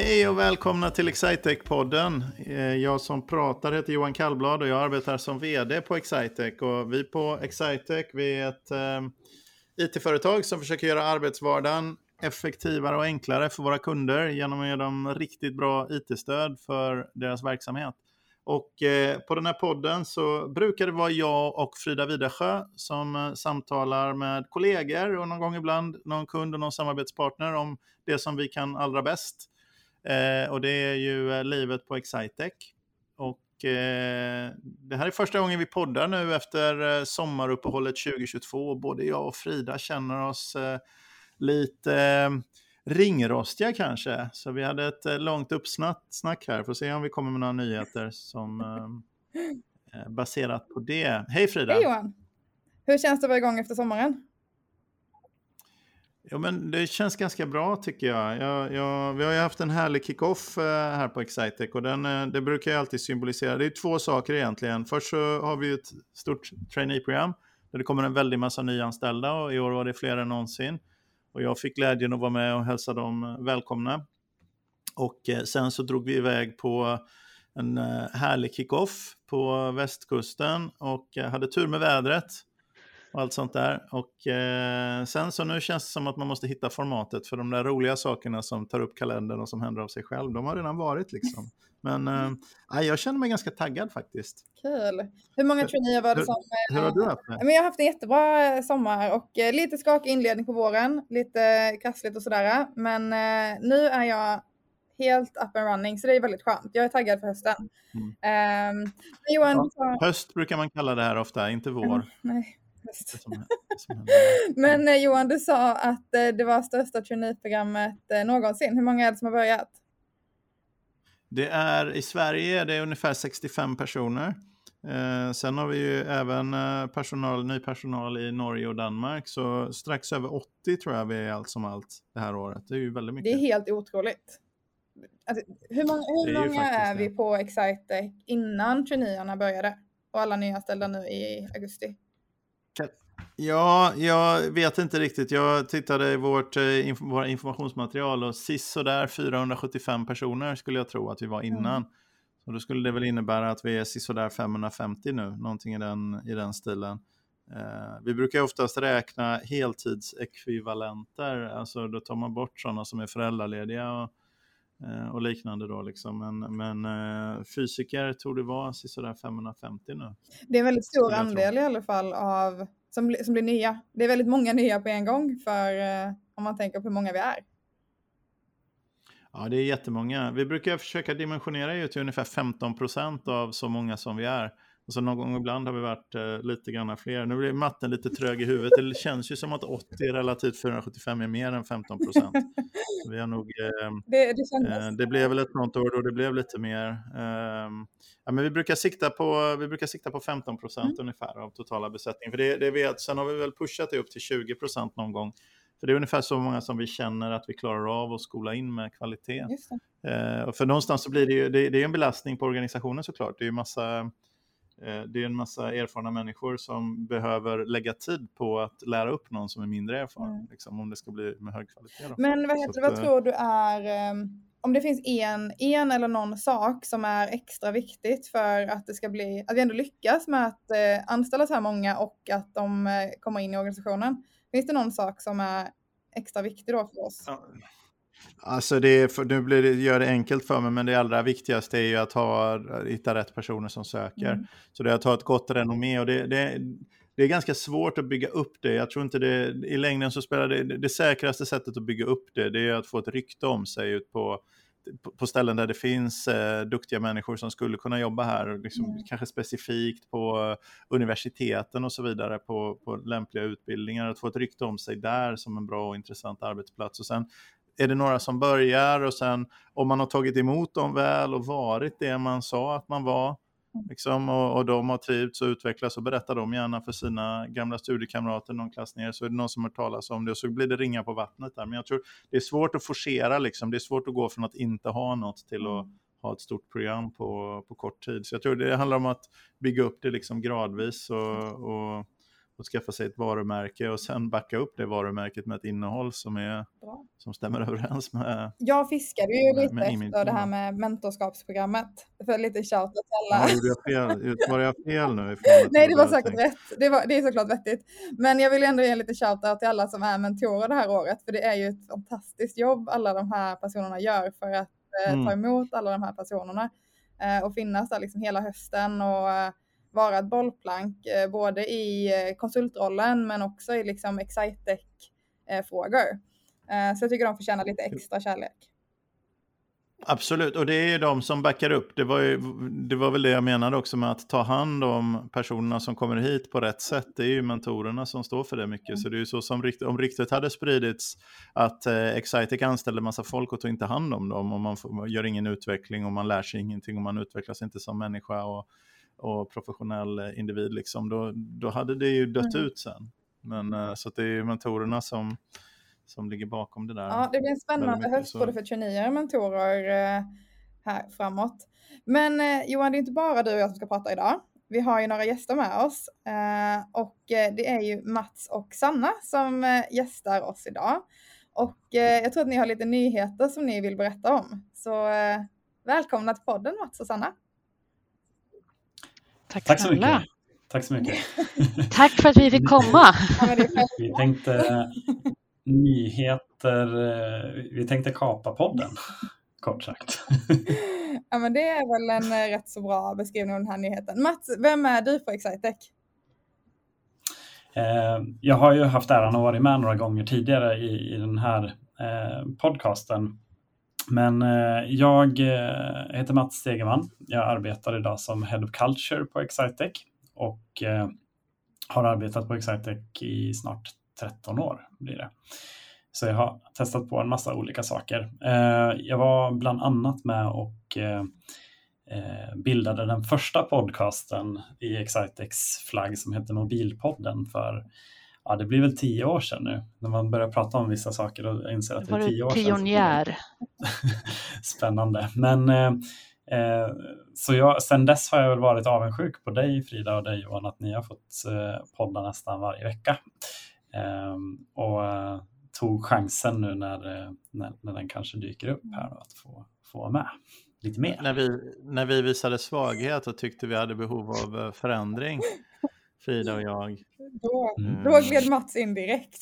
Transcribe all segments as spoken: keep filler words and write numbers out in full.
Hej och välkomna till Excitec-podden. Jag som pratar heter Johan Kallblad och jag arbetar som vd på Excitec. Och vi på Excitec, vi är ett eh, I T-företag som försöker göra arbetsvardagen effektivare och enklare för våra kunder genom att ge dem riktigt bra I T-stöd för deras verksamhet. Och eh, på den här podden så brukar det vara jag och Frida Widersjö som eh, samtalar med kollegor och någon gång ibland någon kund och någon samarbetspartner om det som vi kan allra bäst. Eh, och det är ju eh, livet på Excitec. Och eh, det här är första gången vi poddar nu efter eh, sommaruppehållet tjugo tjugotvå. Och både jag och Frida känner oss eh, lite eh, ringrostiga kanske. Så vi hade ett eh, långt uppsnack här. Får se om vi kommer med några nyheter som eh, är baserat på det. Hej Frida! Hej Johan! Hur känns det att vara igång efter sommaren? Ja, men det känns ganska bra tycker jag. jag, jag vi har ju haft en härlig kick-off eh, här på Excitec och den, eh, det brukar ju alltid symbolisera. Det är två saker egentligen. Först så har vi ett stort trainee-program där det kommer en väldig massa nyanställda och i år var det fler än någonsin. Och jag fick glädjen att vara med och hälsa dem välkomna. Och eh, sen så drog vi iväg på en eh, härlig kick-off på västkusten och eh, hade tur med vädret. Och allt sånt där. Och eh, sen så nu känns det som att man måste hitta formatet för de där roliga sakerna som tar upp kalendern och som händer av sig själv. De har redan varit liksom. Men eh, jag känner mig ganska taggad faktiskt. Kul. Hur många traineer var det som... Hur, hur har du haft det? Men jag har haft en jättebra sommar och eh, lite skakig inledning på våren. Lite krassligt och sådär. Men eh, nu är jag helt up and running så det är väldigt skönt. Jag är taggad för hösten. Mm. Um, Johan, ja, så... Höst brukar man kalla det här ofta, inte vår. Mm, nej. Men eh, Johan, du sa att eh, det var största trainee-programmet eh, någonsin. Hur många är det som har börjat? Det är i Sverige det är ungefär sextiofem personer. Eh, sen har vi ju även eh, personal, ny personal i Norge och Danmark. Så strax över åttio tror jag vi är allt som allt det här året. Det är ju väldigt mycket. Det är helt otroligt. Alltså, hur många, hur är, många är vi på Excitec innan traineerna började? Och alla nyanställda nu i augusti? Ja, jag vet inte riktigt. Jag tittade i vårt eh, inf- våra informationsmaterial och sist så där fyrahundrasjuttiofem personer skulle jag tro att vi var innan. Mm. Så då skulle det väl innebära att vi är sist så där femhundrafemtio nu, någonting i den, i den stilen. Eh, vi brukar oftast räkna heltidsekvivalenter, alltså då tar man bort sådana som är föräldralediga och, eh, och liknande då liksom. Men, men eh, fysiker tror det var sist så där femhundrafemtio nu. Det är en väldigt stor andel i alla fall av Som, som blir nya. Det är väldigt många nya på en gång för eh, om man tänker på hur många vi är. Ja, det är jättemånga. Vi brukar försöka dimensionera ju till ungefär femton procent av så många som vi är. Och så någon gång ibland har vi varit eh, lite grann fler. Nu blir matten lite trög i huvudet. Det känns ju som att åttio relativt fyrahundrasjuttiofem är mer än femton procent. Så vi har nog... Eh, det, det, eh, det blev väl ett något år då det blev lite mer... Eh, ja, men vi brukar sikta på, vi brukar sikta på femton procent mm. ungefär av totala besättningen. För det, det vet, sen har vi väl pushat det upp till tjugo procent någon gång. För det är ungefär så många som vi känner att vi klarar av att skola in med kvalitet. Just det. Eh, och för någonstans så blir det ju det, det är en belastning på organisationen såklart. Det är ju massa, eh, det är en massa erfarna människor som behöver lägga tid på att lära upp någon som är mindre erfaren. Mm. Liksom, om det ska bli med hög kvalitet. Då. Men vad, heter, att, vad tror du är... Um... Om det finns en, en eller någon sak som är extra viktigt för att det ska bli, att vi ändå lyckas med att eh, anställa så här många och att de eh, kommer in i organisationen. Finns det någon sak som är extra viktig då för oss? Ja. Alltså det är, för, nu blir det, gör det enkelt för mig, men det allra viktigaste är ju att ha, hitta rätt personer som söker. Mm. Så det är att ha ett gott renommé och det, det, det är ganska svårt att bygga upp det. Jag tror inte det, i längden så spelar det, det säkraste sättet att bygga upp det, det är att få ett rykte om sig ut på på ställen där det finns eh, duktiga människor som skulle kunna jobba här, liksom, mm. kanske specifikt på universiteten och så vidare, på, på lämpliga utbildningar, att få ett rykte om sig där som en bra och intressant arbetsplats. Och sen är det några som börjar och sen om man har tagit emot dem väl och varit det man sa att man var, liksom, och, och de har trivts och utvecklats, och berättar de gärna för sina gamla studiekamrater någon klass ner, så är det någon som har talat om det och så blir det ringa på vattnet där. Men jag tror det är svårt att forcera liksom. Det är svårt att gå från att inte ha något till att ha ett stort program på, på kort tid. Så jag tror det handlar om att bygga upp det liksom gradvis och, och, och skaffa sig ett varumärke och sen backa upp det varumärket med ett innehåll som, är, som stämmer överens med... Jag fiskade ju med, lite med efter det här med mentorskapsprogrammet. För lite shoutout till alla. Ja, gjorde jag fel? Var jag fel nu? Nej, det var säkert tänkt. rätt. Det, var, det är såklart vettigt. Men jag vill ändå ge lite shoutout till alla som är mentorer det här året. För det är ju ett fantastiskt jobb alla de här personerna gör för att eh, mm. ta emot alla de här personerna. Eh, och finnas där liksom hela hösten och eh, vara ett bollplank. Eh, både i eh, konsultrollen men också i liksom Excitec-frågor. Eh, så jag tycker de förtjänar lite extra kärlek. Absolut, och det är ju de som backar upp. Det var, ju, det var väl det jag menade också med att ta hand om personerna som kommer hit på rätt sätt. Det är ju mentorerna som står för det mycket. Mm. Så det är ju så som om riktigt hade spridits att eh, Excitec anställde massa folk och tog inte hand om dem. Och man får, gör ingen utveckling och man lär sig ingenting och man utvecklas inte som människa och, och professionell individ. Liksom. Då, då hade det ju dött mm. ut sen. Men, eh, så att det är ju mentorerna som... som ligger bakom det där. Ja, det blir en spännande höst både för tjugonio mentorer eh, här framåt. Men eh, Johan, det är inte bara du och jag som ska prata idag. Vi har ju några gäster med oss. Eh, och eh, det är ju Mats och Sanna som eh, gästar oss idag. Och eh, jag tror att ni har lite nyheter som ni vill berätta om. Så eh, välkomna till podden Mats och Sanna. Tack, Tack så mycket. Tack så mycket. Tack för att vi fick komma. Vi tänkte... Nyheter, vi tänkte kapa podden, kort sagt. Ja, men det är väl en rätt så bra beskrivning av den här nyheten. Mats, vem är du på Excitec? Jag har ju haft äran att vara med några gånger tidigare i, i den här podcasten. Men jag heter Mats Stegeman. Jag arbetar idag som Head of Culture på Excitec och har arbetat på Excitec i snart tretton år blir det. Så jag har testat på en massa olika saker. Jag var bland annat med och bildade den första podcasten i Excitecs flagg som heter Mobilpodden för, ja, det blir väl tio år sedan nu. När man börjar prata om vissa saker och inser att det är tio år sedan. Pionjär. Spännande. Men eh, så jag, sen dess har jag väl varit avundsjuk på dig Frida och dig Johan att ni har fått eh, podda nästan varje vecka. Um, och uh, tog chansen nu när, uh, när, när den kanske dyker upp här då, att få, få vara med lite mer. När vi, när vi visade svaghet och tyckte vi hade behov av uh, förändring, Frida och jag. Då, mm. då gled Mats in direkt.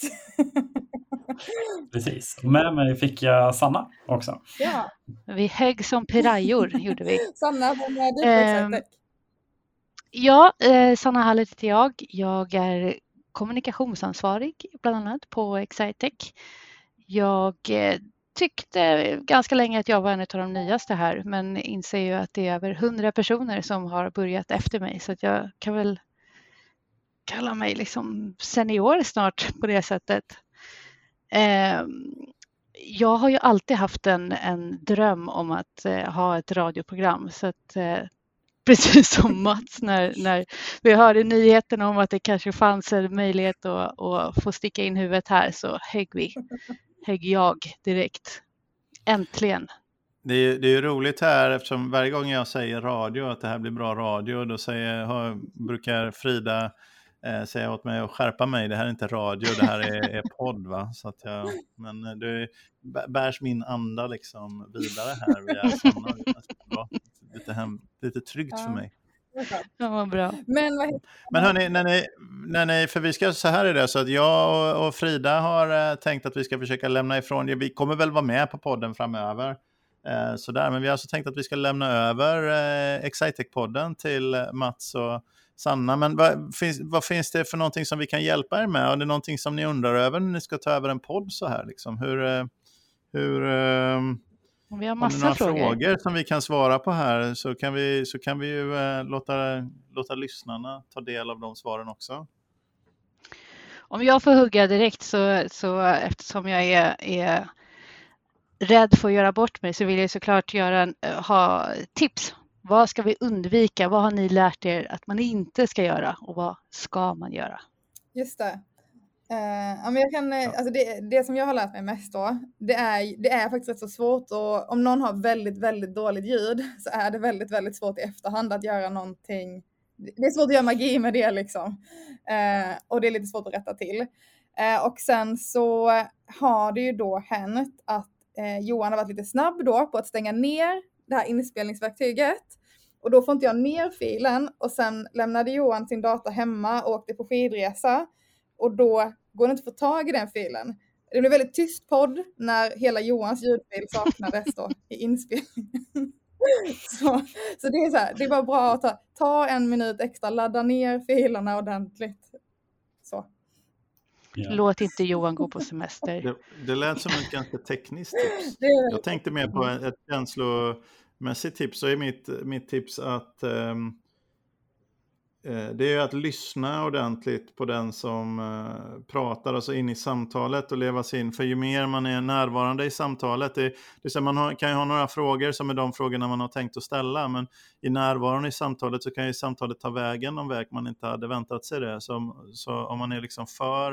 Precis, och med mig fick jag Sanna också. Ja. Vi högg som pirajor gjorde vi. Sanna, vad är du på Excitec? Um, ja, eh, Sanna Hallet heter jag. Jag är kommunikationsansvarig bland annat på Excitec. Jag eh, tyckte ganska länge att jag var en av de nyaste här men inser ju att det är över hundra personer som har börjat efter mig så att jag kan väl kalla mig liksom senior snart på det sättet. Eh, jag har ju alltid haft en, en dröm om att eh, ha ett radioprogram så att eh, precis som Mats när, när vi hörde nyheten om att det kanske fanns en möjlighet att, att få sticka in huvudet här så högg vi, högg jag direkt. Äntligen. Det är, det är ju roligt här eftersom varje gång jag säger radio att det här blir bra radio då säger, har, brukar Frida eh, säga åt mig att skärpa mig. Det här är inte radio, det här är, är podd va? Så att jag, men det bärs min anda liksom vidare här via sådana. Lite, hem, lite tryggt ja. För mig. Ja, vad bra. Men, vad Men hörni, när ni, när ni, för vi ska så här är det så att jag och, och Frida har eh, tänkt att vi ska försöka lämna ifrån, vi kommer väl vara med på podden framöver, eh, sådär, men vi har alltså tänkt att vi ska lämna över eh, Excitec-podden till Mats och Sanna, men vad finns, vad finns det för någonting som vi kan hjälpa er med? Och det är någonting som ni undrar över när ni ska ta över en podd så här liksom, hur, eh, hur eh, vi har om massa det är några frågor. frågor som vi kan svara på här så kan vi, så kan vi ju eh, låta, låta lyssnarna ta del av de svaren också. Om jag får hugga direkt så, så eftersom jag är, är rädd för att göra bort mig så vill jag såklart göra en, ha tips. Vad ska vi undvika? Vad har ni lärt er att man inte ska göra och vad ska man göra? Just det. Uh, men jag kan, alltså det, det som jag har lärt mig mest då, det är, det är faktiskt rätt så svårt och om någon har väldigt, väldigt dåligt ljud så är det väldigt, väldigt svårt i efterhand att göra någonting det är svårt att göra magi med det liksom. Eh, och det är lite svårt att rätta till. Eh, och sen så har det ju då hänt att eh, Johan har varit lite snabb då på att stänga ner det här inspelningsverktyget. Och då får inte jag ner filen. Och sen lämnade Johan sin data hemma och åkte på skidresa. Och då går det inte att få tag i den filen. Det blev väldigt tyst podd när hela Johans ljudfil saknades då i inspelningen. Så, så det är så här, det var bra att ta, ta en minut extra, ladda ner filerna ordentligt. Så. Ja. Låt inte Johan gå på semester. Det, det lät som ett ganska tekniskt tips. Det, jag tänkte mer på ett, ett känslomässigt tips. Så är mitt, mitt tips att um, det är att lyssna ordentligt på den som uh, pratar, alltså in i samtalet och leva sig in. För ju mer man är närvarande i samtalet, det, det är så man har, kan ju ha några frågor som är de frågorna man har tänkt att ställa, men i närvaron i samtalet så kan ju samtalet ta vägen någon väg man inte hade väntat sig det. Så, så om man är liksom för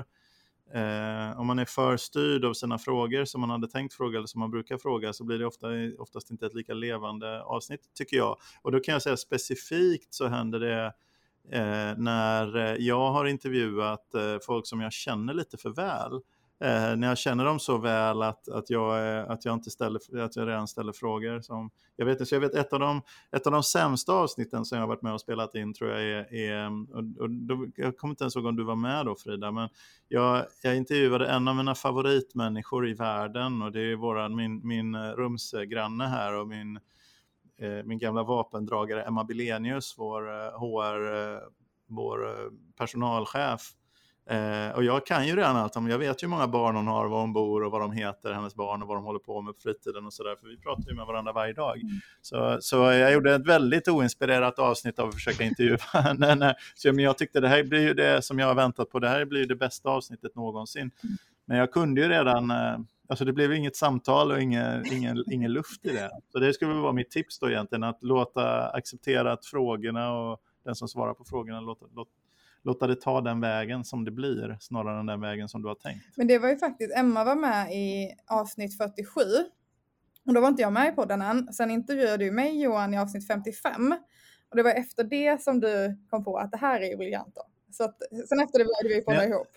eh, om man är för styrd av sina frågor som man hade tänkt fråga eller som man brukar fråga, så blir det ofta, oftast inte ett lika levande avsnitt, tycker jag. Och då kan jag säga specifikt så händer det Eh, när jag har intervjuat eh, folk som jag känner lite för väl, eh, när jag känner dem så väl att, att, jag, eh, att jag inte ställer, att jag redan ställer frågor som, jag vet inte, så jag vet ett av de, ett av de sämsta avsnitten som jag har varit med och spelat in tror jag är, är och, och då, jag kommer inte ens ihåg om du var med då, Frida, men jag, jag intervjuade en av mina favoritmänniskor i världen, och det är våran, min, min rumsgranne här och min min gamla vapendragare Emma Bilenius, vår H R, vår personalchef. Eh, och jag kan ju redan allt om, jag vet ju hur många barn hon har, var hon bor och vad de heter, hennes barn, och vad de håller på med på fritiden och sådär, för vi pratar ju med varandra varje dag. Mm. Så, så jag gjorde ett väldigt oinspirerat avsnitt av att försöka intervjua henne. Så men jag tyckte det här blir ju det som jag har väntat på, det här blir ju det bästa avsnittet någonsin. Mm. Men jag kunde ju redan... Eh, Alltså det blev inget samtal och ingen, ingen, ingen luft i det. Så det skulle vara mitt tips då egentligen, att låta acceptera att frågorna och den som svarar på frågorna, låta, låta, låta det ta den vägen som det blir, snarare än den vägen som du har tänkt. Men det var ju faktiskt, Emma var med i avsnitt fyrtiosju. Och då var inte jag med i podden än. Sen intervjuade du mig, Johan, i avsnitt femtiofem. Och det var efter det som du kom på att det här är ju briljant då. Så att, sen efter det började vi podda ja. ihop.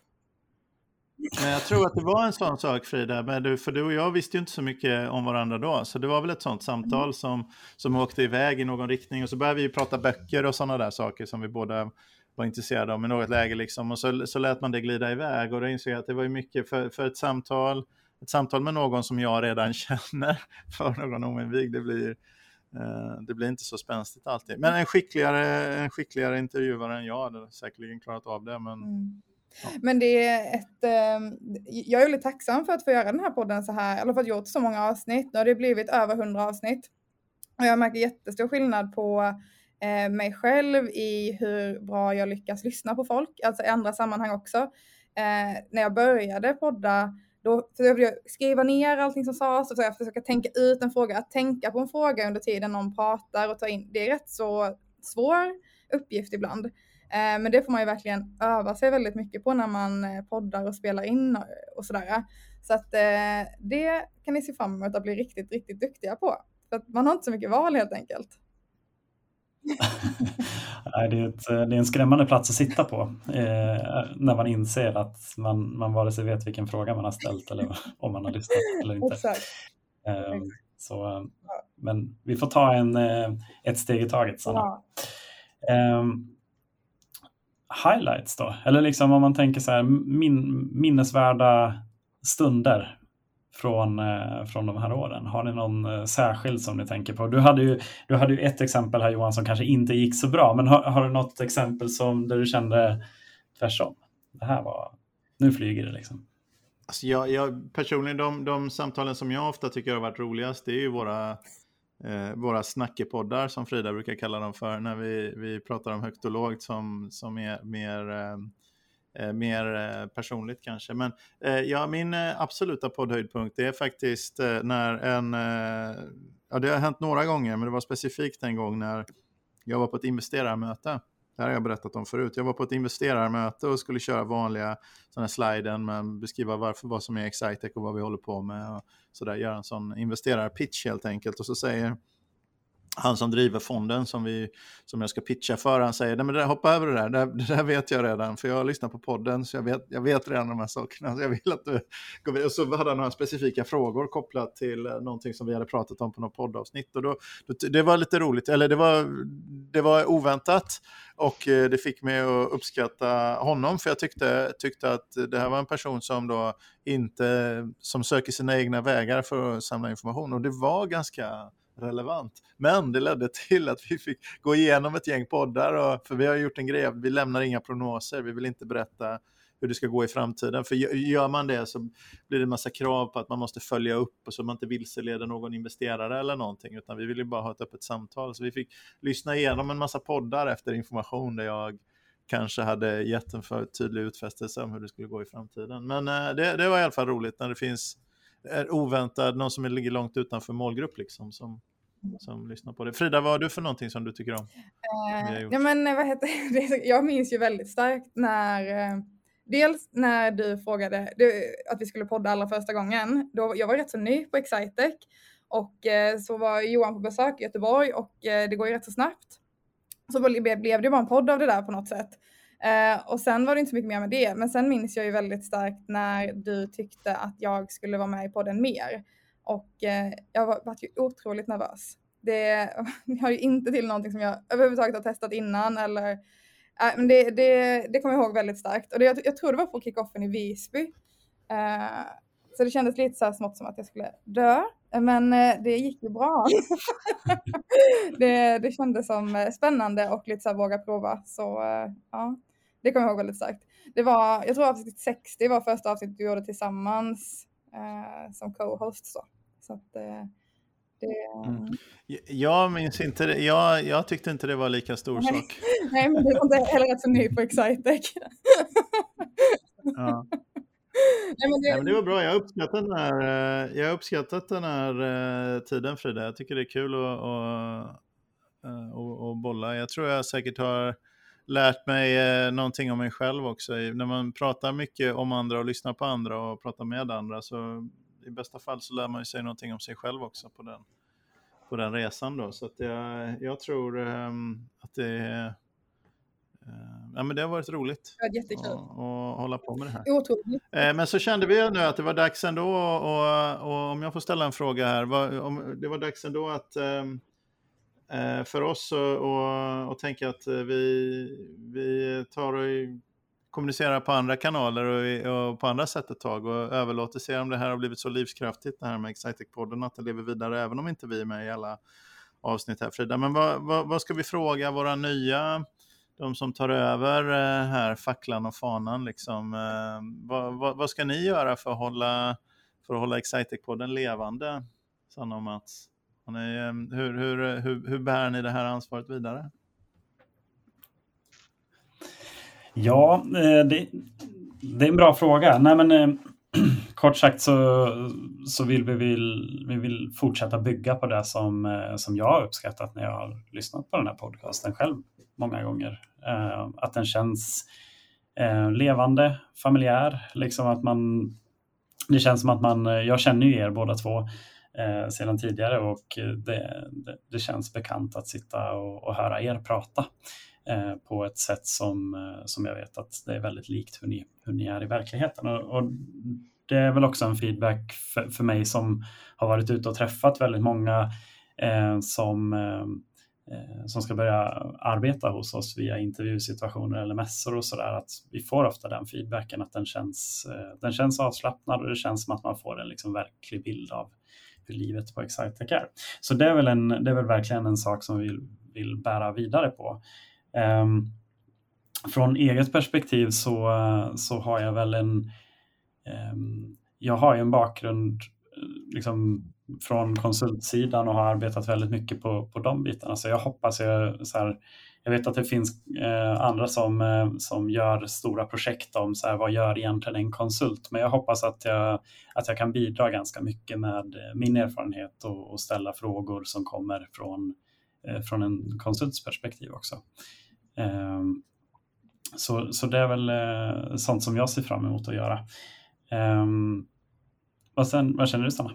Men jag tror att det var en sån sak, Frida, men du, för du och jag visste ju inte så mycket om varandra då, så det var väl ett sånt samtal mm. som, som åkte iväg i någon riktning, och så började vi ju prata böcker och sådana där saker som vi båda var intresserade av i något läge liksom, och så, så lät man det glida iväg, och då insåg jag att det var ju mycket för, för ett samtal ett samtal med någon som jag redan känner för någon oinvigd, det blir eh, det blir inte så spänstigt alltid, men en skickligare, en skickligare intervjuare än jag hade säkerligen klarat av det, men mm. Ja. Men det är ett, eh, jag är väldigt tacksam för att få göra den här podden så här, eller för att gjort så många avsnitt. Nu har det blivit över hundra avsnitt. Och jag märker jättestor skillnad på eh, mig själv i hur bra jag lyckas lyssna på folk. Alltså i andra sammanhang också. Eh, när jag började podda, då försökte jag skriva ner allting som sades. Och så jag försöka tänka ut en fråga. Att tänka på en fråga under tiden någon pratar och ta in. Det är rätt så svår uppgift ibland. Men det får man ju verkligen öva sig väldigt mycket på när man poddar och spelar in och sådär. Så att det kan ni se fram emot att bli riktigt, riktigt duktiga på. För att man har inte så mycket val helt enkelt. Nej, det, är ett, det är en skrämmande plats att sitta på eh, när man inser att man, man vare sig vet vilken fråga man har ställt eller om man har lyssnat eller inte. Exakt. Eh, så, men vi får ta en, ett steg i taget, Sanna. Ja. Eh, highlights då? Eller liksom om man tänker så här, min, minnesvärda stunder från, eh, från de här åren. Har ni någon eh, särskild som ni tänker på? Du hade ju, du hade ju ett exempel här, Johan, som kanske inte gick så bra. Men har, har du något exempel som där du kände tvärsom? Det här var, nu flyger det liksom. Alltså jag, jag, personligen, de, de samtalen som jag ofta tycker har varit roligast, det är ju våra, eh, våra snackepoddar som Frida brukar kalla dem för. När vi, vi pratar om högt och lågt som, som är mer... Eh, Eh, mer eh, personligt kanske. Men eh, ja, min eh, absoluta poddhöjdpunkt är faktiskt eh, när en... Eh, ja, det har hänt några gånger, men det var specifikt en gång när jag var på ett investerarmöte. Det här har jag berättat om förut. Jag var på ett investerarmöte och skulle köra vanliga sådana sliden med beskriva varför, vad som är Excitec och vad vi håller på med. Och så där, göra en sån investerarpitch helt enkelt. Och så säger han som driver fonden som, vi, som jag ska pitcha för, han säger, nej men det, hoppa över det där, det, det där vet jag redan, för jag har lyssnat på podden så jag vet, jag vet redan de här sakerna, så jag vill att du går vidare. Och så hade han några specifika frågor kopplat till någonting som vi hade pratat om på något poddavsnitt, och då, då, det var lite roligt, eller det var, det var oväntat, och det fick mig att uppskatta honom, för jag tyckte, tyckte att det här var en person som då inte, som söker sina egna vägar för att samla information, och det var ganska relevant. Men det ledde till att vi fick gå igenom ett gäng poddar, och, för vi har gjort en grej, vi lämnar inga prognoser, vi vill inte berätta hur det ska gå i framtiden, för gör man det så blir det en massa krav på att man måste följa upp, och så man inte vilseleder någon investerare eller någonting, utan vi vill ju bara ha ett öppet samtal. Så vi fick lyssna igenom en massa poddar efter information där jag kanske hade gett en för tydlig utfästelse om hur det skulle gå i framtiden. Men det, det var i alla fall roligt när det finns är oväntad, någon som ligger långt utanför målgrupp liksom, som, som lyssnar på det. Frida, vad har du för någonting som du tycker om? Uh, ja, men vad heter det? Jag minns ju väldigt starkt när uh, dels när du frågade du, att vi skulle podda allra första gången. Då, jag var rätt så ny på Excitec, och uh, så var Johan på besök i Göteborg, och uh, det går ju rätt så snabbt. Så blev, blev det bara en podd av det där på något sätt. Uh, och sen var det inte så mycket mer med det. Men sen minns jag ju väldigt starkt när du tyckte att jag skulle vara med i podden mer. Och uh, jag var, var ju otroligt nervös. Det har ju inte till någonting som jag överhuvudtaget har testat innan. Eller, uh, men det, det, det kommer jag ihåg väldigt starkt. Och det, jag, jag tror det var på kickoffen i Visby. Uh, så det kändes lite så här smått som att jag skulle dö. Men uh, det gick ju bra. det, det kändes som spännande och lite så här våga prova. Så uh, ja. Det kommer jag ihåg väldigt starkt. Det var, jag tror avsnitt sextio var första avsnittet vi gjorde tillsammans eh, som co-host. Så, så att eh, det... Mm. Jag minns inte det. Jag, jag tyckte inte det var lika stor Nej. sak. Nej, men det var inte heller rätt så ny på Excitec. Ja. Nej, men det... Nej, men det var bra. Jag har uppskattat den här, jag har uppskattat den här tiden, Frida. Jag tycker det är kul att, att, att, att bolla. Jag tror jag säkert har lärt mig eh, någonting om mig själv också. I, när man pratar mycket om andra och lyssnar på andra och pratar med andra, så i bästa fall så lär man sig någonting om sig själv också på den, på den resan då. Så att jag, jag tror eh, att det, eh, ja, men det har varit roligt. Ja, jättekul. att hålla på med det här. Otroligt. Eh, men så kände vi nu att det var dags ändå, och, och om jag får ställa en fråga här, var, om, det var dags ändå att eh, för oss och, och, och tänka att vi, vi tar och kommunicerar på andra kanaler och, och på andra sätt ett tag, och överlåter se om det här har blivit så livskraftigt, det här med Excitec-podden, att det lever vidare även om inte vi är med i alla avsnitt här, Frida. Men vad, vad, vad ska vi fråga våra nya, de som tar över här facklan och fanan liksom, vad, vad, vad ska ni göra för att hålla, för att hålla Excitec-podden levande, Sanna och Mats? Hur, hur, hur, hur bär ni det här ansvaret vidare? Ja, det, det är en bra fråga. Nej, men, kort sagt så, så vill vi, vill, vi vill fortsätta bygga på det som, som jag har uppskattat när jag har lyssnat på den här podcasten själv många gånger. Att den känns levande, familjär. Liksom att man, det känns som att man, jag känner ju er båda två Eh, sedan tidigare, och det, det, det känns bekant att sitta och, och höra er prata eh, på ett sätt som, eh, som jag vet att det är väldigt likt hur ni, hur ni är i verkligheten. Och, och det är väl också en feedback för, för mig som har varit ute och träffat väldigt många eh, som, eh, som ska börja arbeta hos oss via intervjusituationer eller mässor och sådär, att vi får ofta den feedbacken att den känns, eh, den känns avslappnad, och det känns som att man får en liksom verklig bild av hur livet på Excitec är. Så det är väl, en, det är väl verkligen en sak som vi vill, vill bära vidare på. Um, från eget perspektiv så, så har jag väl en um, jag har ju en bakgrund liksom från konsultsidan och har arbetat väldigt mycket på, på de bitarna. Så jag hoppas, jag, så här, jag vet att det finns eh, andra som, eh, som gör stora projekt om så här, vad gör egentligen en konsult. Men jag hoppas att jag, att jag kan bidra ganska mycket med min erfarenhet och, och ställa frågor som kommer från, eh, från en konsults perspektiv också. Eh, så, så det är väl eh, sånt som jag ser fram emot att göra. Eh, och sen, vad känner du, Sanna?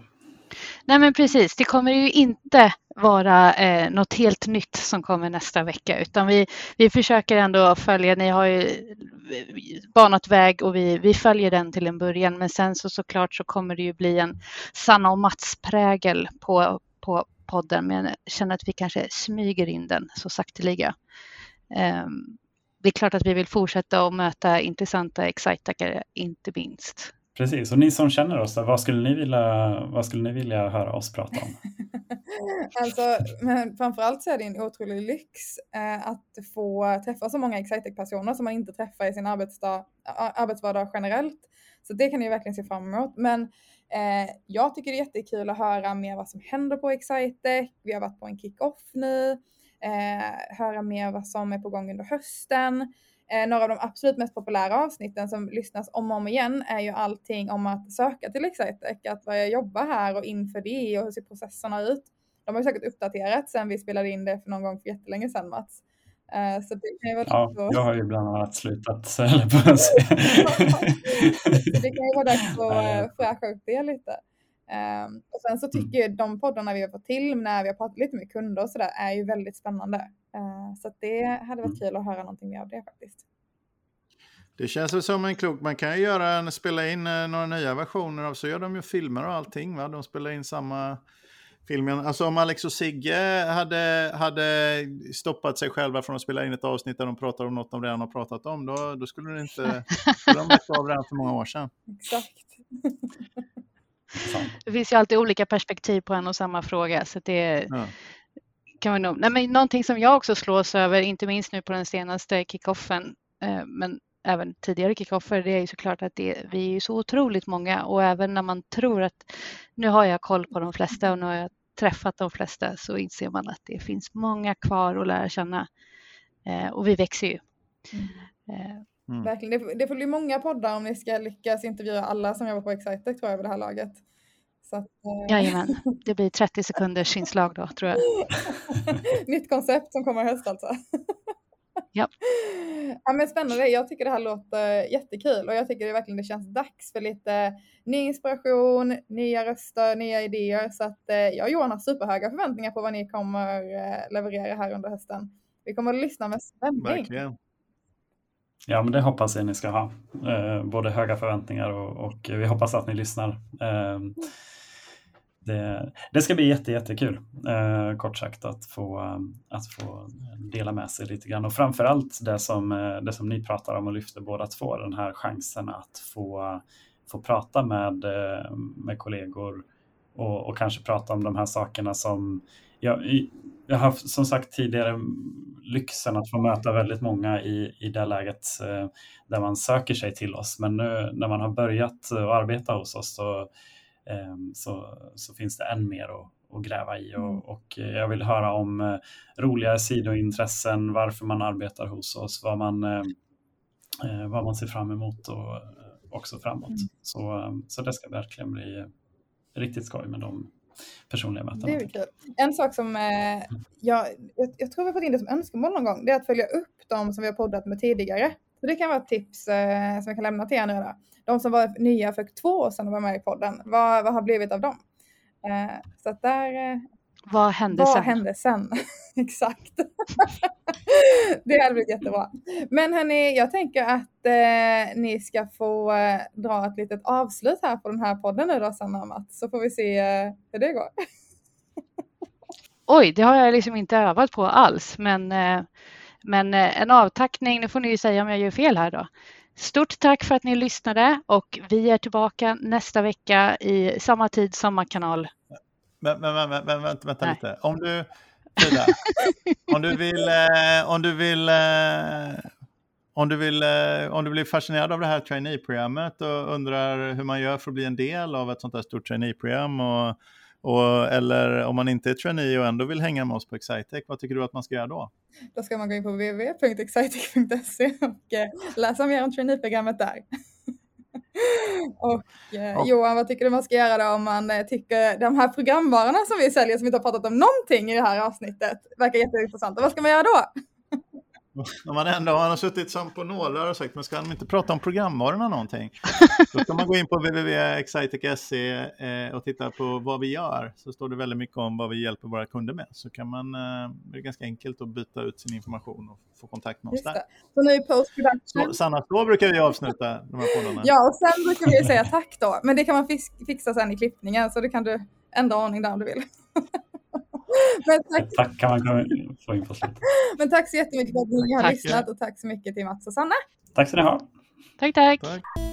Nej men precis, det kommer ju inte vara eh, något helt nytt som kommer nästa vecka, utan vi, vi försöker ändå följa, ni har ju banat väg och vi, vi följer den till en början, men sen så såklart så kommer det ju bli en Sanna och Mats prägel på, på podden, men jag känner att vi kanske smyger in den så sakteliga. Eh, det är klart att vi vill fortsätta att möta intressanta excitare, inte minst. Precis, och ni som känner oss, vad skulle ni vilja, vad skulle ni vilja höra oss prata om? Alltså, men framförallt så är det en otrolig lyx eh, att få träffa så många Excitec-personer som man inte träffar i sin arbetsdag, arbetsvardag generellt. Så det kan ni verkligen se fram emot. Men eh, jag tycker det är jättekul att höra mer vad som händer på Excitec. Vi har varit på en kick-off nu. Eh, höra mer vad som är på gång under hösten. Eh, några av de absolut mest populära avsnitten som lyssnas om och om igen är ju allting om att söka till Excitec, att börja jobba här och inför det och hur ser processerna ut. De har ju säkert uppdaterat sen vi spelade in det för någon gång för jättelänge sedan, Mats. Uh, så det kan ju vara ja, dags att... jag har ju bland annat slutat eller på att säga. Så det kan ju vara dags att fräscha upp det lite. Um, och sen så tycker jag de poddarna vi har fått till när vi har pratat lite med kunder och sådär är ju väldigt spännande. Uh, så att det hade varit kul att höra någonting mer av det faktiskt. Det känns väl som en klok, man kan ju göra en, spela in några nya versioner av, så gör de ju filmer och allting, va? De spelar in samma filmen. Alltså om Alex och Sigge hade, hade stoppat sig själva från att spela in ett avsnitt där de pratar om något de redan har pratat om, då, då skulle de inte, skulle de lägga av redan för många år sedan. Exakt. Det finns ju alltid olika perspektiv på en och samma fråga, så det ja. kan vi nog. Nej, men någonting som jag också slås över, inte minst nu på den senaste kickoffen, eh, men även tidigare kickoffer, det är ju såklart att det, vi är ju så otroligt många, och även när man tror att nu har jag koll på de flesta och nu har jag träffat de flesta, så inser man att det finns många kvar att lära känna, eh, och vi växer ju. Mm. Mm. Verkligen, det, det får bli många poddar om ni ska lyckas intervjua alla som jobbar på Excitec, tror jag, vid det här laget. Så att, eh... Jajamän, det blir trettio sekunders inslag då, tror jag. Nytt koncept som kommer i höst alltså. Ja. Ja, men spännande. Jag tycker det här låter jättekul, och jag tycker det verkligen det känns dags för lite ny inspiration, nya röster, nya idéer. Så att eh, jag och Johan har superhöga förväntningar på vad ni kommer eh, leverera här under hösten. Vi kommer att lyssna med spänning. Verkligen. Ja, men det hoppas jag ni ska ha. Eh, både höga förväntningar och, och vi hoppas att ni lyssnar. Eh, Det, det ska bli jätte, jättekul, eh, kort sagt, att få, att få dela med sig lite grann. Och framförallt det som, det som ni pratar om och lyfter båda två, den här chansen att få, få prata med, med kollegor och, och kanske prata om de här sakerna som... Jag, jag har som sagt tidigare lyxen att få möta väldigt många i, i det läget eh, där man söker sig till oss. Men nu när man har börjat arbeta hos oss så Så, så finns det än mer att, att gräva i, och, och jag vill höra om eh, roliga sidointressen, varför man arbetar hos oss, vad man, eh, vad man ser fram emot och eh, också framåt. Mm. Så, så det ska verkligen bli riktigt skoj med de personliga mötena. Det är kul. En sak som eh, jag, jag, jag tror vi har fått in det som önskemål någon gång, det är att följa upp de som vi har poddat med tidigare. Så det kan vara ett tips eh, som jag kan lämna till er nu då. De som var nya för två år sedan och var med i podden. Vad, vad har blivit av dem? Eh, så att där... Eh, vad hände vad sen? hände sen? Exakt. Det hade blivit jättebra. Men hörni, jag tänker att eh, ni ska få eh, dra ett litet avslut här på den här podden nu då, Sanna och Mats. Så får vi se eh, hur det går. Oj, det har jag liksom inte övat på alls. Men, eh, men eh, en avtackning, nu får ni ju säga om jag gör fel här då. Stort tack för att ni lyssnade, och vi är tillbaka nästa vecka i samma tid, samma kanal. Men, men, men, men vänta, vänta lite. Om du, Frida, om du vill, eh, om du vill, eh, om du vill, eh, om du blir fascinerad av det här trainee-programmet och undrar hur man gör för att bli en del av ett sånt här stort trainee-program, och, och, eller om man inte är trainee och ändå vill hänga med oss på Excitec, vad tycker du att man ska göra då? Då ska man gå in på w w w punkt excitec punkt se och eh, läsa mer om trainee-programmet där. Och eh, Johan, vad tycker du man ska göra då om man eh, tycker de här programvarorna som vi säljer, som vi inte har pratat om någonting i det här avsnittet, verkar jätteintressant. Och vad ska man göra då? Om man ändå har suttit som på nålar och sagt, men ska de inte prata om programvarorna någonting? Då kan man gå in på w w w punkt excitec punkt se och titta på vad vi gör. Så står det väldigt mycket om vad vi hjälper våra kunder med. Så kan man, det är ganska enkelt att byta ut sin information och få kontakt med oss där. Så nu i post-production. Sanna, då brukar vi avsluta de här poddarna. Ja, och sen brukar vi säga tack då. Men det kan man fixa sen i klippningen, så det kan du ändra ordning där om du vill. Men tack. tack kan man få in på slutet. Men tack så jättemycket för att ni har tack. lyssnat, och tack så mycket till Mats och Sanna. Tack ska ni ha. Tack, tack. Tack.